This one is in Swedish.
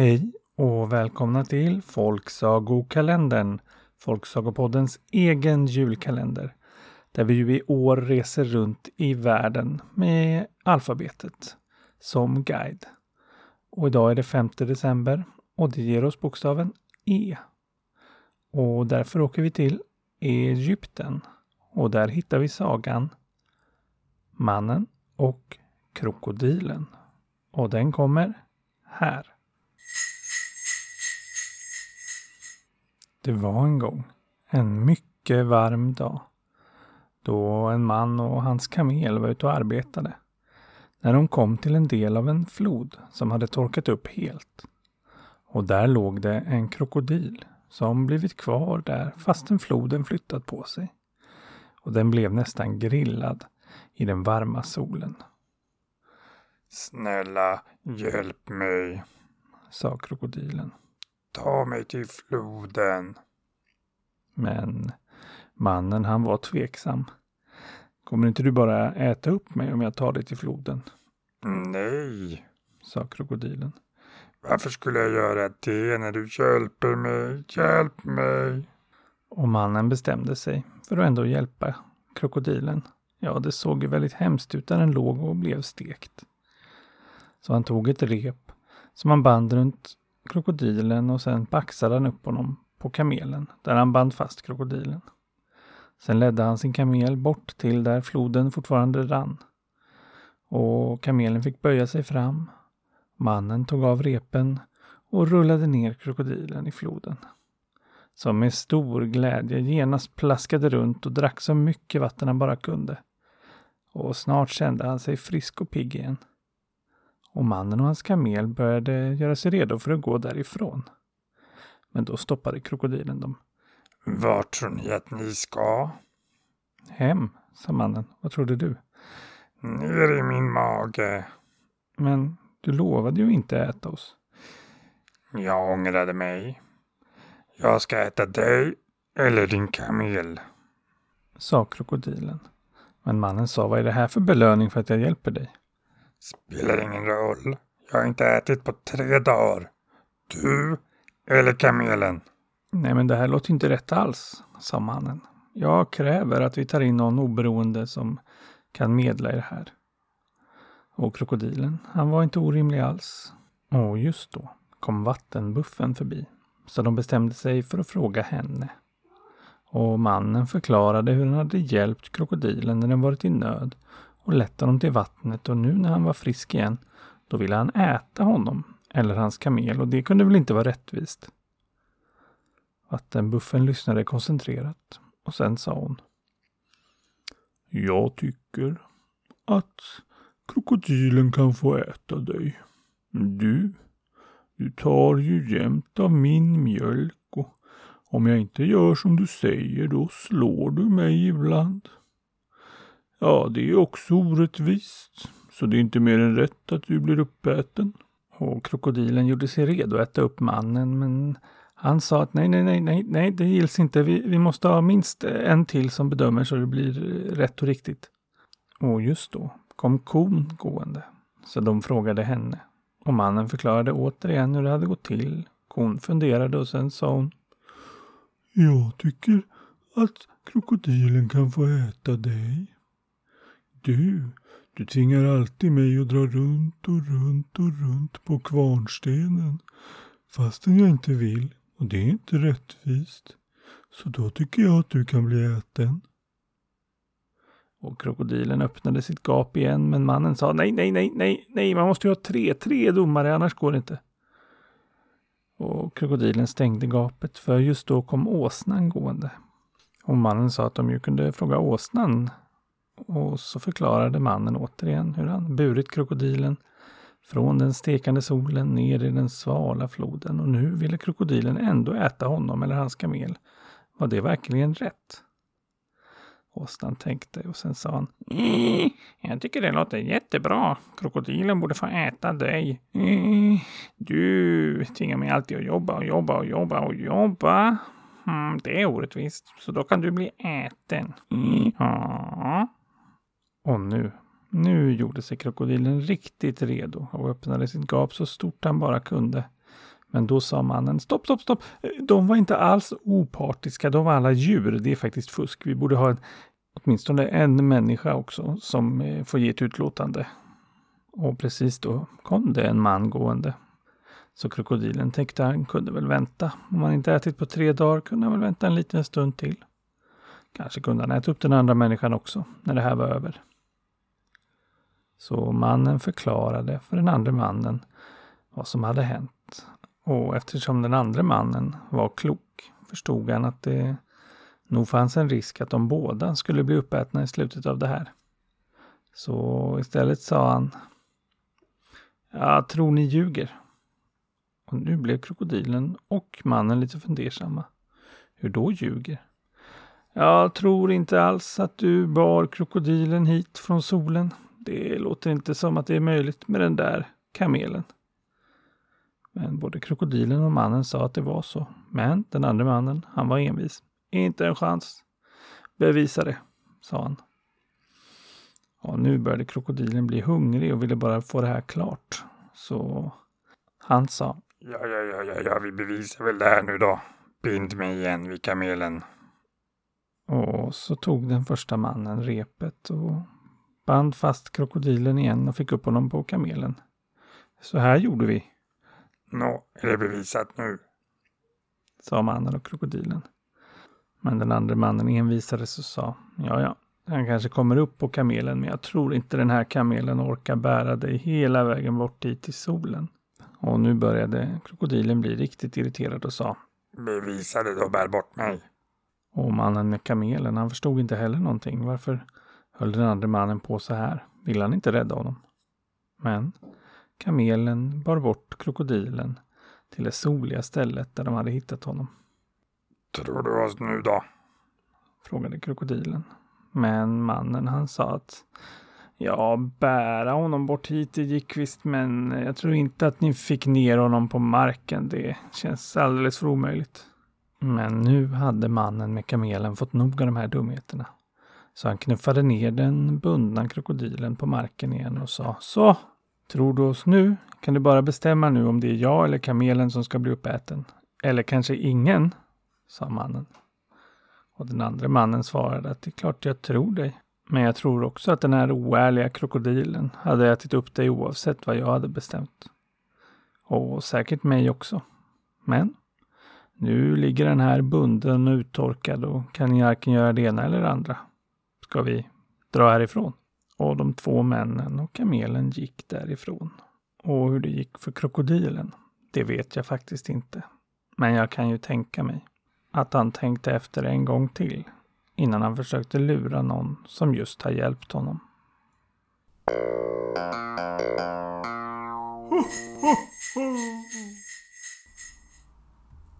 Hej och välkomna till Folksagokalendern, Folksagopoddens egen julkalender, där vi ju i år reser runt i världen med alfabetet som guide. Och idag är det 5 december och det ger oss bokstaven E. Och därför åker vi till Egypten och där hittar vi sagan Mannen och krokodilen. Och den kommer här. Det var en gång en mycket varm dag då en man och hans kamel var ute och arbetade. När de kom till en del av en flod som hade torkat upp helt. Och där låg det en krokodil som blivit kvar där fastän floden flyttat på sig. Och den blev nästan grillad i den varma solen. Snälla, hjälp mig, sa krokodilen. Ta mig till floden. Men mannen han var tveksam. Kommer inte du bara äta upp mig om jag tar dig till floden? Nej, sa krokodilen. Varför skulle jag göra det när du hjälper mig? Hjälp mig. Och mannen bestämde sig för att ändå hjälpa krokodilen. Ja, det såg ju väldigt hemskt ut där den låg och blev stekt. Så han tog ett rep som han band runt krokodilen och sen baxade han upp honom på kamelen där han band fast krokodilen. Sen ledde han sin kamel bort till där floden fortfarande rann. Och kamelen fick böja sig fram. Mannen tog av repen och rullade ner krokodilen i floden. Som med stor glädje genast plaskade runt och drack så mycket vatten han bara kunde. Och snart kände han sig frisk och pigg igen. Och mannen och hans kamel började göra sig redo för att gå därifrån. Men då stoppade krokodilen dem. Vart tror ni att ni ska? Hem, sa mannen. Vad trodde du? Ner i min mage. Men du lovade ju inte äta oss. Jag ångrade mig. Jag ska äta dig eller din kamel, sa krokodilen. Men mannen sa, vad är det här för belöning för att jag hjälper dig? Spelar ingen roll. Jag har inte ätit på 3 dagar. Du eller kamelen? Nej, men det här låter inte rätt alls, sa mannen. Jag kräver att vi tar in någon oberoende som kan medla i det här. Och krokodilen, han var inte orimlig alls. Och just då kom vattenbuffen förbi. Så de bestämde sig för att fråga henne. Och mannen förklarade hur han hade hjälpt krokodilen när den varit i nöd och lett honom till vattnet, och nu när han var frisk igen, då ville han äta honom eller hans kamel, och det kunde väl inte vara rättvist. Vattenbuffen lyssnade koncentrerat och sen sa hon: Jag tycker att krokodilen kan få äta dig. Du tar ju jämt av min mjölk, och om jag inte gör som du säger, då slår du mig ibland. Ja, det är också orättvist, så det är inte mer än rätt att du blir uppäten. Och krokodilen gjorde sig redo att äta upp mannen, men han sa att nej, det gills inte. Vi måste ha minst en till som bedömer så det blir rätt och riktigt. Och just då kom kon gående, så de frågade henne. Och mannen förklarade återigen hur det hade gått till. Kon funderade och sen sa hon: Jag tycker att krokodilen kan få äta dig. Du tvingar alltid mig att dra runt och runt och runt på kvarnstenen, fastän jag inte vill, och det är inte rättvist. Så då tycker jag att du kan bli äten. Och krokodilen öppnade sitt gap igen, men mannen sa nej, man måste ju ha tre domare, annars går det inte. Och krokodilen stängde gapet, för just då kom åsnan gående. Och mannen sa att de ju kunde fråga åsnan. Och så förklarade mannen återigen hur han burit krokodilen från den stekande solen ner i den svala floden. Och nu ville krokodilen ändå äta honom eller hans kamel. Var det verkligen rätt? Åsnan tänkte och sen sa han: Jag tycker det låter jättebra. Krokodilen borde få äta dig. Du tvingar mig alltid att jobba. Det är orättvist. Så då kan du bli äten. Ja. Och nu gjorde sig krokodilen riktigt redo och öppnade sitt gap så stort han bara kunde. Men då sa mannen, stopp. De var inte alls opartiska, de var alla djur. Det är faktiskt fusk. Vi borde ha åtminstone en människa också som får ge ett utlåtande. Och precis då kom det en man gående. Så krokodilen tänkte han kunde väl vänta. Om han inte ätit på 3 dagar kunde han väl vänta en liten stund till. Kanske kunde han äta upp den andra människan också när det här var över. Så mannen förklarade för den andra mannen vad som hade hänt. Och eftersom den andra mannen var klok förstod han att det nog fanns en risk att de båda skulle bli uppätna i slutet av det här. Så istället sa han, jag tror ni ljuger. Och nu blev krokodilen och mannen lite fundersamma. Hur då ljuger? Jag tror inte alls att du bar krokodilen hit från solen. Det låter inte som att det är möjligt med den där kamelen. Men både krokodilen och mannen sa att det var så. Men den andra mannen, han var envis. Inte en chans. Bevisa det, sa han. Och nu började krokodilen bli hungrig och ville bara få det här klart. Så han sa, Ja, vi bevisar väl det här nu då. Bind mig igen vid kamelen. och så tog den första mannen repet och band fast krokodilen igen och fick upp honom på kamelen. Så här gjorde vi, Nå, är det bevisat nu? sa mannen och krokodilen. Men den andra mannen envisades och sa, ja, han kanske kommer upp på kamelen, men jag tror inte den här kamelen orkar bära dig hela vägen bort dit till solen. Och nu började krokodilen bli riktigt irriterad och sa, Bevisa det då, bär bort mig. och mannen med kamelen, han förstod inte heller någonting. Varför höll den andra mannen på så här? Vill han inte rädda honom? Men kamelen bar bort krokodilen till det soliga stället där de hade hittat honom. Tror du oss nu då? Frågade krokodilen. Men mannen, han sa att ja, bära honom bort hit det gick visst, men jag tror inte att ni fick ner honom på marken. Det känns alldeles för omöjligt. Men nu hade mannen med kamelen fått nog av de här dumheterna. Så han knuffade ner den bundna krokodilen på marken igen och sa, så, tror du oss nu? Kan du bara bestämma nu om det är jag eller kamelen som ska bli uppäten? Eller kanske ingen, sa mannen. Och den andra mannen svarade att det är klart jag tror dig. Men jag tror också att den här oärliga krokodilen hade ätit upp dig oavsett vad jag hade bestämt. Och säkert mig också. Men nu ligger den här bunden och uttorkad och kan ni varken göra det ena eller det andra. Ska vi dra härifrån? Och de 2 männen och kamelen gick därifrån. Och hur det gick för krokodilen, det vet jag faktiskt inte. Men jag kan ju tänka mig att han tänkte efter en gång till innan han försökte lura någon som just har hjälpt honom.